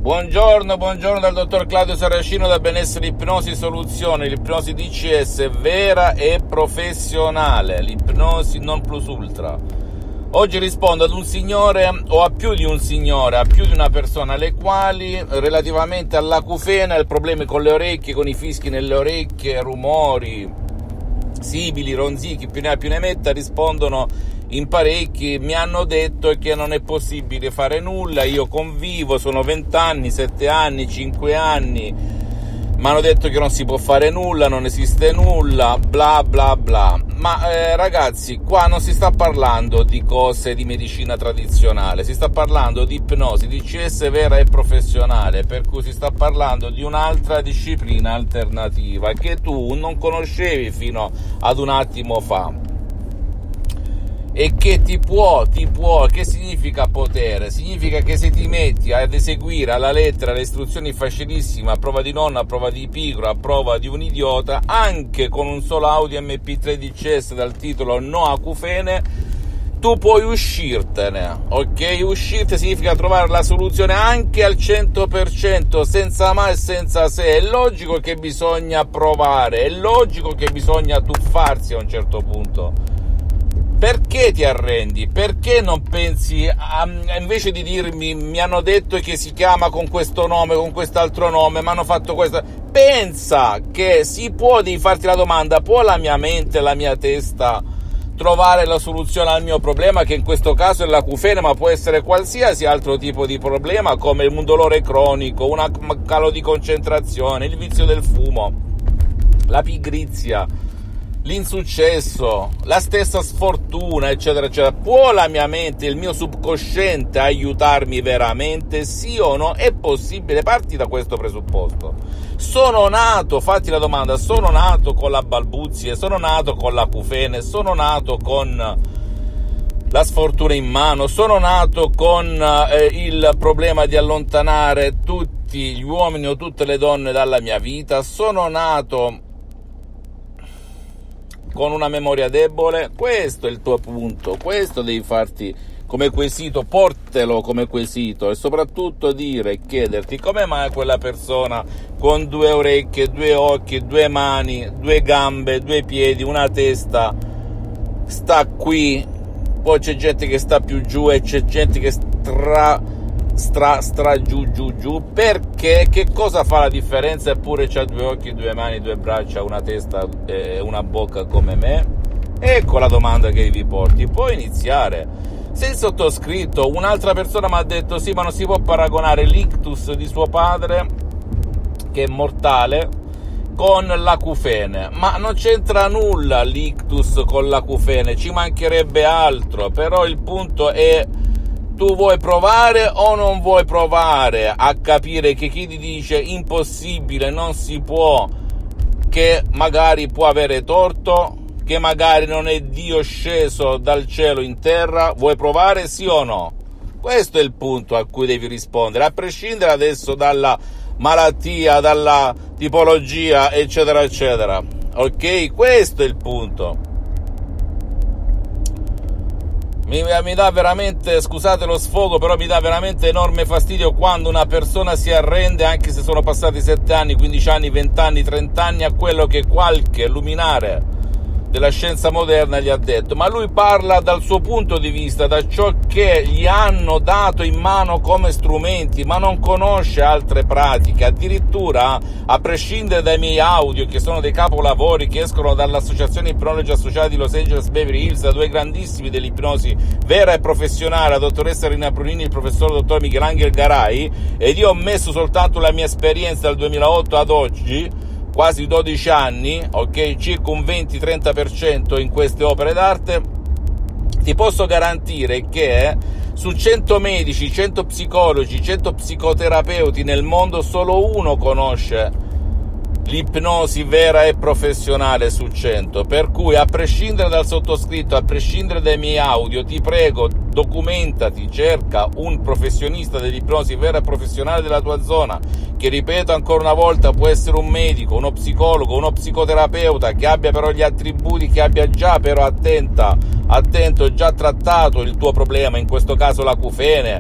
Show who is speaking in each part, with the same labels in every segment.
Speaker 1: Buongiorno dal dottor Claudio Saracino da Benessere Ipnosi Soluzione, l'ipnosi DCS vera e professionale, l'ipnosi non plus ultra. Oggi rispondo ad un signore o a più di un signore, a più di una persona, alle quali relativamente all'acufene, ai problemi con le orecchie, con i fischi nelle orecchie, rumori, sibili, ronzichi, più ne metta, rispondono in parecchi. Mi hanno detto che non è possibile fare nulla, io convivo, sono 20 anni, 7 anni, 5 anni, mi hanno detto che non si può fare nulla, non esiste nulla, bla bla bla. Ma ragazzi, qua non si sta parlando di cose di medicina tradizionale, si sta parlando di ipnosi, di DCS vera e professionale, per cui si sta parlando di un'altra disciplina alternativa che tu non conoscevi fino ad un attimo fa. E che ti può, che significa potere? Significa che se ti metti ad eseguire alla lettera le istruzioni facilissime, a prova di nonna, a prova di pigro, a prova di un idiota, anche con un solo audio MP3 DCS dal titolo No Acufene, tu puoi uscirtene, ok? Uscirti significa trovare la soluzione anche al 100%, senza ma e senza se. È logico che bisogna provare, è logico che bisogna tuffarsi a un certo punto. Perché ti arrendi? Perché non pensi, invece di dirmi mi hanno detto che si chiama con questo nome, con quest'altro nome, mi hanno fatto questo, pensa che si può, devi farti la domanda, può la mia mente, la mia testa trovare la soluzione al mio problema, che in questo caso è l'acufene, ma può essere qualsiasi altro tipo di problema, come un dolore cronico, un calo di concentrazione, il vizio del fumo, la pigrizia, l'insuccesso, la stessa sfortuna, eccetera eccetera. Può la mia mente, il mio subconsciente aiutarmi veramente? Sì o no? È possibile? Parti da questo presupposto. Sono nato, fatti la domanda, sono nato con la balbuzie, sono nato con l'acufene, sono nato con la sfortuna in mano, sono nato con il problema di allontanare tutti gli uomini o tutte le donne dalla mia vita, sono nato con una memoria debole. Questo è il tuo punto, questo devi farti come quesito, portelo come quesito, e soprattutto dire e chiederti come mai quella persona con 2 orecchie, 2 occhi, 2 mani, 2 gambe, 2 piedi, una testa sta qui, poi c'è gente che sta più giù e c'è gente che giù, perché? Che cosa fa la differenza? Eppure c'ha 2 occhi, 2 mani, 2 braccia, una testa e una bocca come me. Ecco la domanda che vi porti. Puoi iniziare. Se il sottoscritto, un'altra persona mi ha detto sì, ma non si può paragonare l'ictus di suo padre, che è mortale, con l'acufene, ma non c'entra nulla l'ictus con l'acufene, ci mancherebbe altro. Però il punto è: tu vuoi provare o non vuoi provare a capire che chi ti dice impossibile, non si può, che magari può avere torto, che magari non è Dio sceso dal cielo in terra? Vuoi provare, sì o no? Questo è il punto a cui devi rispondere, a prescindere adesso dalla malattia, dalla tipologia, eccetera eccetera, ok? Questo è il punto. Mi dà veramente, scusate lo sfogo, però mi dà veramente enorme fastidio quando una persona si arrende, anche se sono passati 7 anni, 15 anni, 20 anni, 30 anni, a quello che qualche luminare della scienza moderna gli ha detto. Ma lui parla dal suo punto di vista, da ciò che gli hanno dato in mano come strumenti, ma non conosce altre pratiche. Addirittura, a prescindere dai miei audio, che sono dei capolavori che escono dall'associazione Ipnologi Associati di Los Angeles Beverly Hills, da 2 grandissimi dell'ipnosi vera e professionale, la dottoressa Rina Brunini e il professor dottor Michelangelo Garai, ed io ho messo soltanto la mia esperienza dal 2008 ad oggi, quasi 12 anni, ok, circa un 20-30% in queste opere d'arte. Ti posso garantire che su 100 medici, 100 psicologi, 100 psicoterapeuti nel mondo, solo uno conosce l'ipnosi vera e professionale su 100. Per cui, a prescindere dal sottoscritto, a prescindere dai miei audio, ti prego, documentati, cerca un professionista dell'ipnosi vera e professionale della tua zona, che, ripeto ancora una volta, può essere un medico, uno psicologo, uno psicoterapeuta, che abbia però gli attributi, che abbia già però, attento, già trattato il tuo problema, in questo caso l'acufene,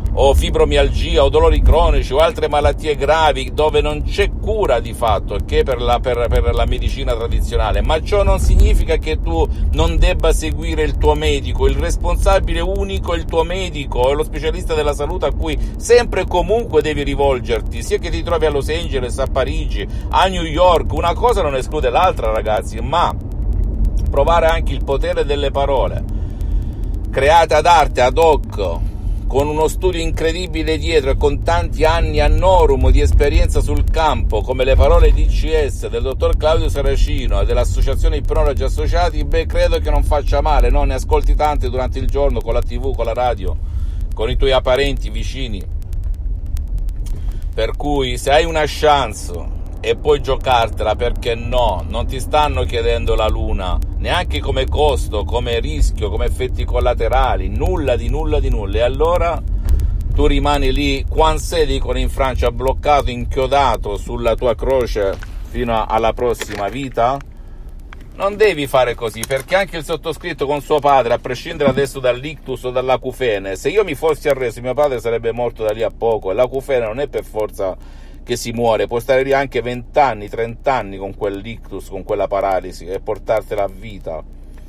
Speaker 1: o fibromialgia o dolori cronici o altre malattie gravi dove non c'è cura di fatto, che per la medicina tradizionale, ma ciò non significa che tu non debba seguire il tuo medico. Il responsabile unico è il tuo medico, è lo specialista della salute a cui sempre e comunque devi rivolgerti, sia che ti trovi a Los Angeles, a Parigi, a New York. Una cosa non esclude l'altra, ragazzi, ma provare anche il potere delle parole create ad arte, ad hoc, con uno studio incredibile dietro e con tanti anni a norum di esperienza sul campo, come le parole DCS del dottor Claudio Saracino e dell'associazione Ipnologi Associati, credo che non faccia male, no? Ne ascolti tante durante il giorno, con la TV, con la radio, con i tuoi parenti vicini. Per cui, se hai una chance e puoi giocartela, perché no? Non ti stanno chiedendo la luna, neanche come costo, come rischio, come effetti collaterali, nulla di nulla. E allora tu rimani lì, quando dicono in Francia, bloccato, inchiodato sulla tua croce fino alla prossima vita? Non devi fare così, perché anche il sottoscritto con suo padre, a prescindere adesso dall'ictus o dall'acufene, se io mi fossi arreso, mio padre sarebbe morto da lì a poco, e l'acufene non è per forza che si muore, può stare lì anche 20 anni, 30 anni con quell'ictus, con quella paralisi, e portartela a vita,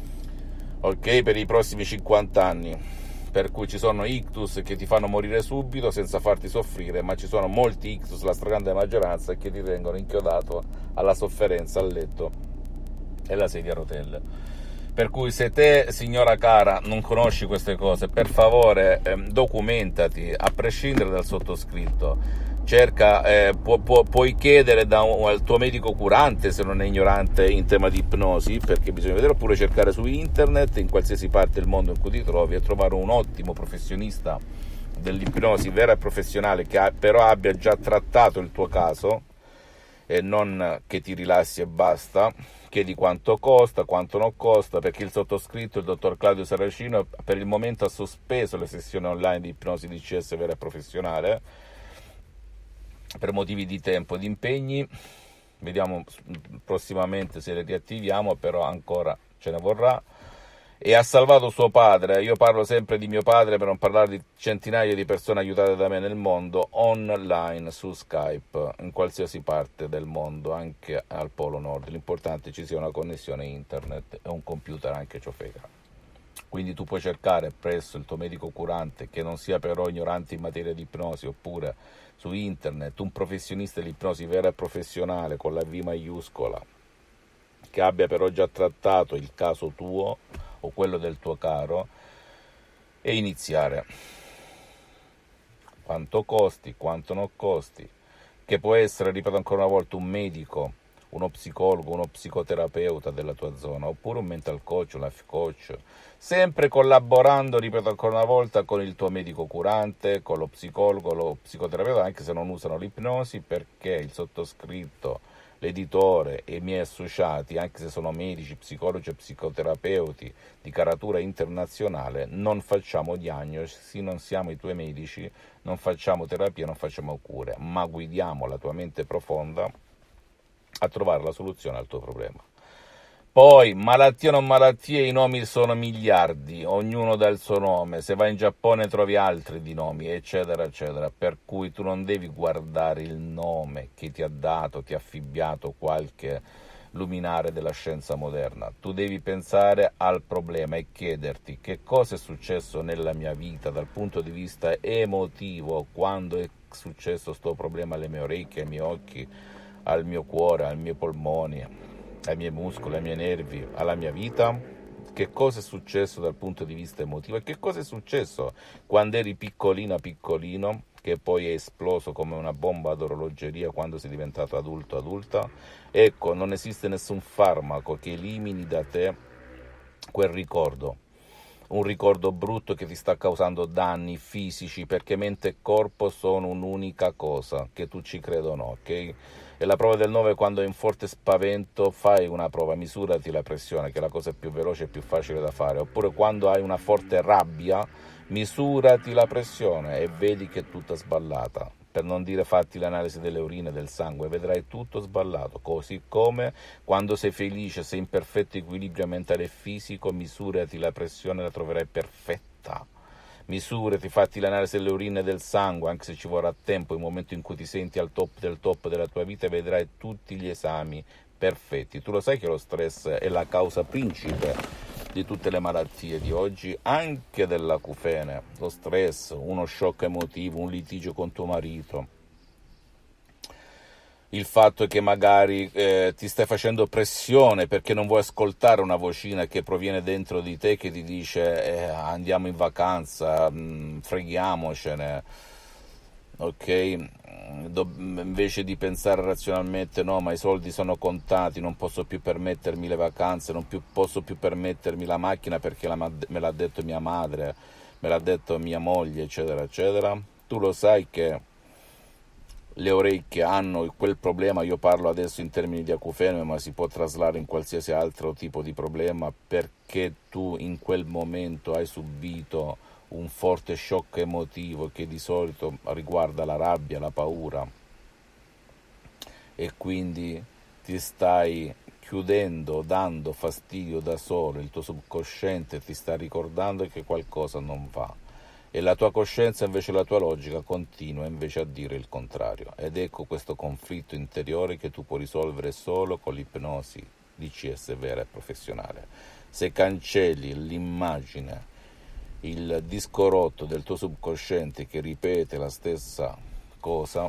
Speaker 1: ok, per i prossimi 50 anni. Per cui ci sono ictus che ti fanno morire subito senza farti soffrire, ma ci sono molti ictus, la stragrande maggioranza, che ti tengono inchiodato alla sofferenza, al letto e alla sedia a rotelle. Per cui, se te, signora cara, non conosci queste cose, per favore documentati, a prescindere dal sottoscritto. Cerca, puoi chiedere al tuo medico curante, se non è ignorante in tema di ipnosi, perché bisogna vedere, oppure cercare su internet, in qualsiasi parte del mondo in cui ti trovi, e trovare un ottimo professionista dell'ipnosi vera e professionale, che però abbia già trattato il tuo caso, e non che ti rilassi e basta. Chiedi quanto costa, quanto non costa, perché il sottoscritto, il dottor Claudio Saracino, per il momento ha sospeso le sessioni online di ipnosi DCS vera e professionale, per motivi di tempo e di impegni. Vediamo prossimamente se le riattiviamo, però ancora ce ne vorrà. E ha salvato suo padre. Io parlo sempre di mio padre per non parlare di centinaia di persone aiutate da me nel mondo, online, su Skype, in qualsiasi parte del mondo, anche al Polo Nord. L'importante è ci sia una connessione internet e un computer, anche ciò frega. Quindi tu puoi cercare presso il tuo medico curante, che non sia però ignorante in materia di ipnosi, oppure su internet un professionista di ipnosi vera e professionale con la V maiuscola, che abbia però già trattato il caso tuo o quello del tuo caro, e iniziare. Quanto costi, quanto non costi, che può essere, ripeto ancora una volta, un medico, uno psicologo, uno psicoterapeuta della tua zona, oppure un mental coach, un life coach, sempre collaborando, ripeto ancora una volta, con il tuo medico curante, con lo psicologo, lo psicoterapeuta, anche se non usano l'ipnosi, perché il sottoscritto, l'editore e i miei associati, anche se sono medici, psicologi e psicoterapeuti di caratura internazionale, non facciamo diagnosi, non siamo i tuoi medici, non facciamo terapia, non facciamo cure, ma guidiamo la tua mente profonda a trovare la soluzione al tuo problema. Poi, malattie o non malattie, i nomi sono miliardi, ognuno dà il suo nome, se vai in Giappone trovi altri di nomi, eccetera, eccetera, per cui tu non devi guardare il nome che ti ha dato, ti ha affibbiato qualche luminare della scienza moderna, tu devi pensare al problema e chiederti: che cosa è successo nella mia vita dal punto di vista emotivo, quando è successo sto problema alle mie orecchie, ai miei occhi, al mio cuore, ai miei polmoni, ai miei muscoli, ai miei nervi, alla mia vita. Che cosa è successo dal punto di vista emotivo e che cosa è successo quando eri piccolino, che poi è esploso come una bomba ad orologeria quando sei diventato adulto, adulta. Ecco, non esiste nessun farmaco che elimini da te quel ricordo, un ricordo brutto che ti sta causando danni fisici, perché mente e corpo sono un'unica cosa, che tu ci creda o no, ok? E la prova del 9, quando hai un forte spavento, fai una prova, misurati la pressione, che è la cosa più veloce e più facile da fare. Oppure quando hai una forte rabbia, misurati la pressione e vedi che è tutta sballata. Per non dire fatti l'analisi delle urine e del sangue, vedrai tutto sballato. Così come quando sei felice, sei in perfetto equilibrio mentale e fisico, misurati la pressione e la troverai perfetta. misurati, fatti l'analisi delle urine e del sangue, anche se ci vorrà tempo, il momento in cui ti senti al top del top della tua vita vedrai tutti gli esami perfetti. Tu lo sai che lo stress è la causa principe di tutte le malattie di oggi, anche dell'acufene. Lo stress, uno shock emotivo, un litigio con tuo marito, il fatto che magari ti stai facendo pressione perché non vuoi ascoltare una vocina che proviene dentro di te che ti dice andiamo in vacanza, freghiamocene, ok? Invece di pensare razionalmente, no, ma i soldi sono contati, non posso più permettermi le vacanze, posso più permettermi la macchina perché me l'ha detto mia madre, me l'ha detto mia moglie, eccetera, eccetera. Tu lo sai che le orecchie hanno quel problema, io parlo adesso in termini di acufene, ma si può traslare in qualsiasi altro tipo di problema, perché tu in quel momento hai subito un forte shock emotivo che di solito riguarda la rabbia, la paura, e quindi ti stai chiudendo, dando fastidio da solo, il tuo subconsciente ti sta ricordando che qualcosa non va. E la tua coscienza, invece la tua logica, continua invece a dire il contrario. Ed ecco questo conflitto interiore che tu puoi risolvere solo con l'ipnosi DCS vera e professionale. Se cancelli l'immagine, il disco rotto del tuo subconsciente che ripete la stessa cosa,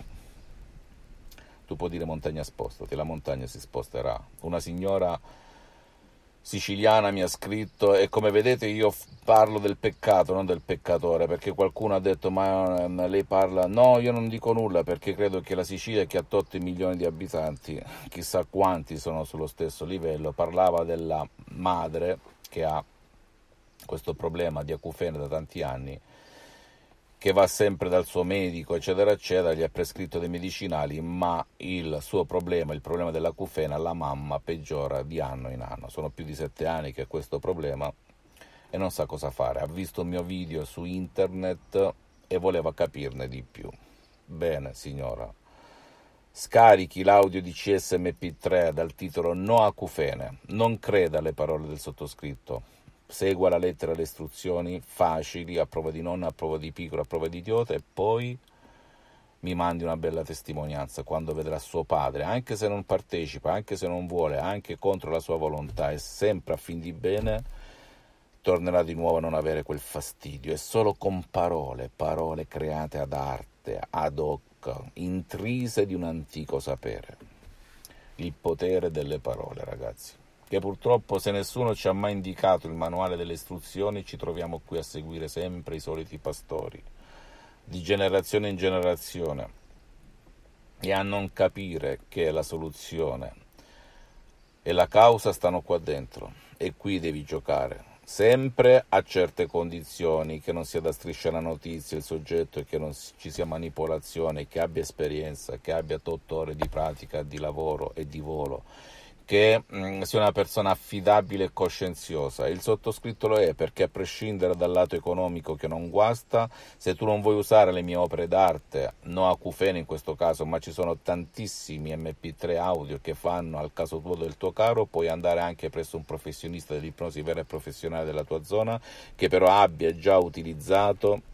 Speaker 1: tu puoi dire montagna spostati, la montagna si sposterà. Una signora siciliana mi ha scritto, e come vedete io parlo del peccato, non del peccatore, perché qualcuno ha detto ma lei parla, no, io non dico nulla perché credo che la Sicilia, che ha 8 milioni di abitanti, chissà quanti sono sullo stesso livello, parlava della madre che ha questo problema di acufene da tanti anni, che va sempre dal suo medico, eccetera, eccetera, gli ha prescritto dei medicinali, ma il suo problema, il problema dell'acufene, alla mamma peggiora di anno in anno. Sono più di 7 anni che ha questo problema e non sa cosa fare. Ha visto un mio video su internet e voleva capirne di più. Bene, signora, scarichi l'audio di CSMP3 dal titolo No acufene, non creda alle parole del sottoscritto. Segua la lettera e le istruzioni facili, a prova di nonna, a prova di piccolo, a prova di idiota, e poi mi mandi una bella testimonianza quando vedrà suo padre, anche se non partecipa, anche se non vuole, anche contro la sua volontà e sempre a fin di bene, tornerà di nuovo a non avere quel fastidio. E solo con parole create ad arte, ad hoc, intrise di un antico sapere. Il potere delle parole, ragazzi. Che purtroppo, se nessuno ci ha mai indicato il manuale delle istruzioni, ci troviamo qui a seguire sempre i soliti pastori, di generazione in generazione, e a non capire che la soluzione e la causa stanno qua dentro, e qui devi giocare, sempre a certe condizioni, che non sia da striscia la notizia il soggetto, e che non ci sia manipolazione, che abbia esperienza, che abbia 8 ore di pratica, di lavoro e di volo, che sia una persona affidabile e coscienziosa. Il sottoscritto lo è, perché a prescindere dal lato economico, che non guasta, se tu non vuoi usare le mie opere d'arte, no acufene in questo caso, ma ci sono tantissimi MP3 audio che fanno al caso tuo, del tuo caro, puoi andare anche presso un professionista dell'ipnosi vera e professionale della tua zona, che però abbia già utilizzato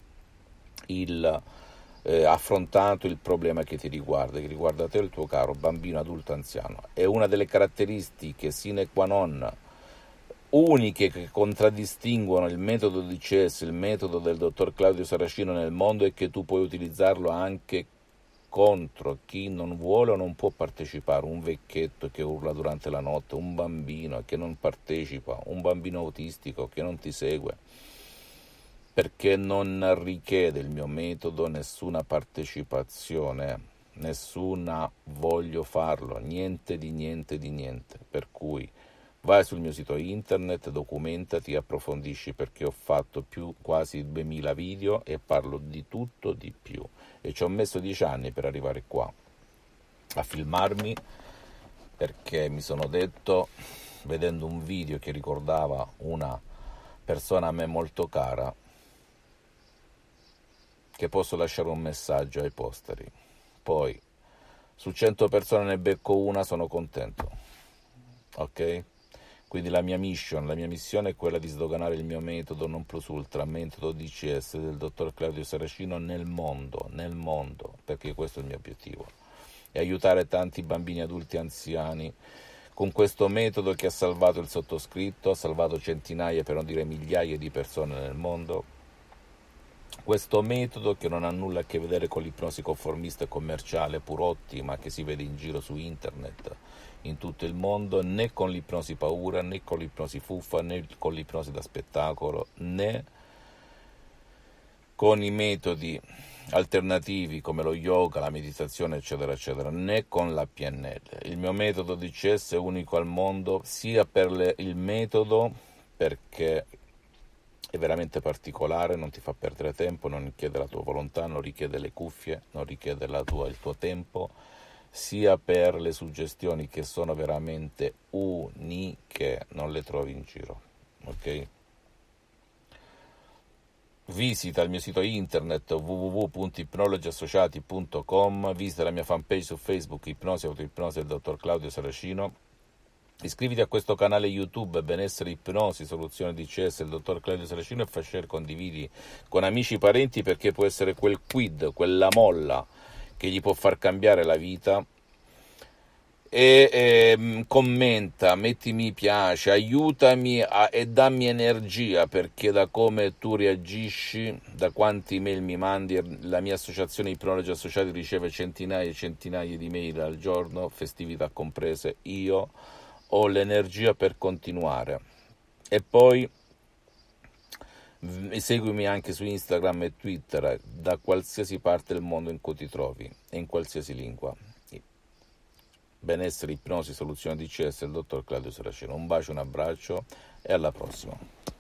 Speaker 1: affrontato il problema che riguarda te e il tuo caro bambino, adulto, anziano. È una delle caratteristiche sine qua non uniche che contraddistinguono il metodo di DCS, il metodo del dottor Claudio Saracino nel mondo, è che tu puoi utilizzarlo anche contro chi non vuole o non può partecipare, un vecchietto che urla durante la notte, un bambino che non partecipa, un bambino autistico che non ti segue, perché non richiede il mio metodo nessuna partecipazione, nessuna voglio farlo, niente di niente. Per cui vai sul mio sito internet, documentati, approfondisci, perché ho fatto quasi 2000 video e parlo di tutto di più, e ci ho messo 10 anni per arrivare qua a filmarmi, perché mi sono detto, vedendo un video che ricordava una persona a me molto cara, che posso lasciare un messaggio ai posteri. Poi su 100 persone ne becco una, sono contento, ok? Quindi la mia missione è quella di sdoganare il mio metodo non plus ultra, metodo DCS del dottor Claudio Saracino nel mondo, perché questo è il mio obiettivo. E aiutare tanti bambini, adulti e anziani con questo metodo che ha salvato il sottoscritto, ha salvato centinaia, per non dire migliaia di persone nel mondo. Questo metodo che non ha nulla a che vedere con l'ipnosi conformista e commerciale pur ottima che si vede in giro su internet in tutto il mondo, né con l'ipnosi paura, né con l'ipnosi fuffa, né con l'ipnosi da spettacolo, né con i metodi alternativi come lo yoga, la meditazione, eccetera, eccetera, né con la PNL. Il mio metodo DCS è unico al mondo, sia per il metodo, perché è veramente particolare, non ti fa perdere tempo, non richiede la tua volontà, non richiede le cuffie, non richiede il tuo tempo, sia per le suggestioni che sono veramente uniche, non le trovi in giro, ok? Visita il mio sito internet www.ipnologiassociati.com, visita la mia fanpage su Facebook, Ipnosi Autoipnosi del dottor Claudio Saracino. Iscriviti a questo canale YouTube Benessere Ipnosi Soluzione DCS del dottor Claudio Saracino e fai share, condividi con amici e parenti, perché può essere quel quid, quella molla che gli può far cambiare la vita. E commenta, metti mi piace, aiutami e dammi energia, perché da come tu reagisci, da quanti email mi mandi, la mia associazione Ipnologi Associati riceve centinaia e centinaia di mail al giorno, festività comprese, io ho l'energia per continuare. E poi seguimi anche su Instagram e Twitter, da qualsiasi parte del mondo in cui ti trovi e in qualsiasi lingua. Benessere, ipnosi, soluzione DCS del dottor Claudio Saracino. Un bacio, un abbraccio e alla prossima.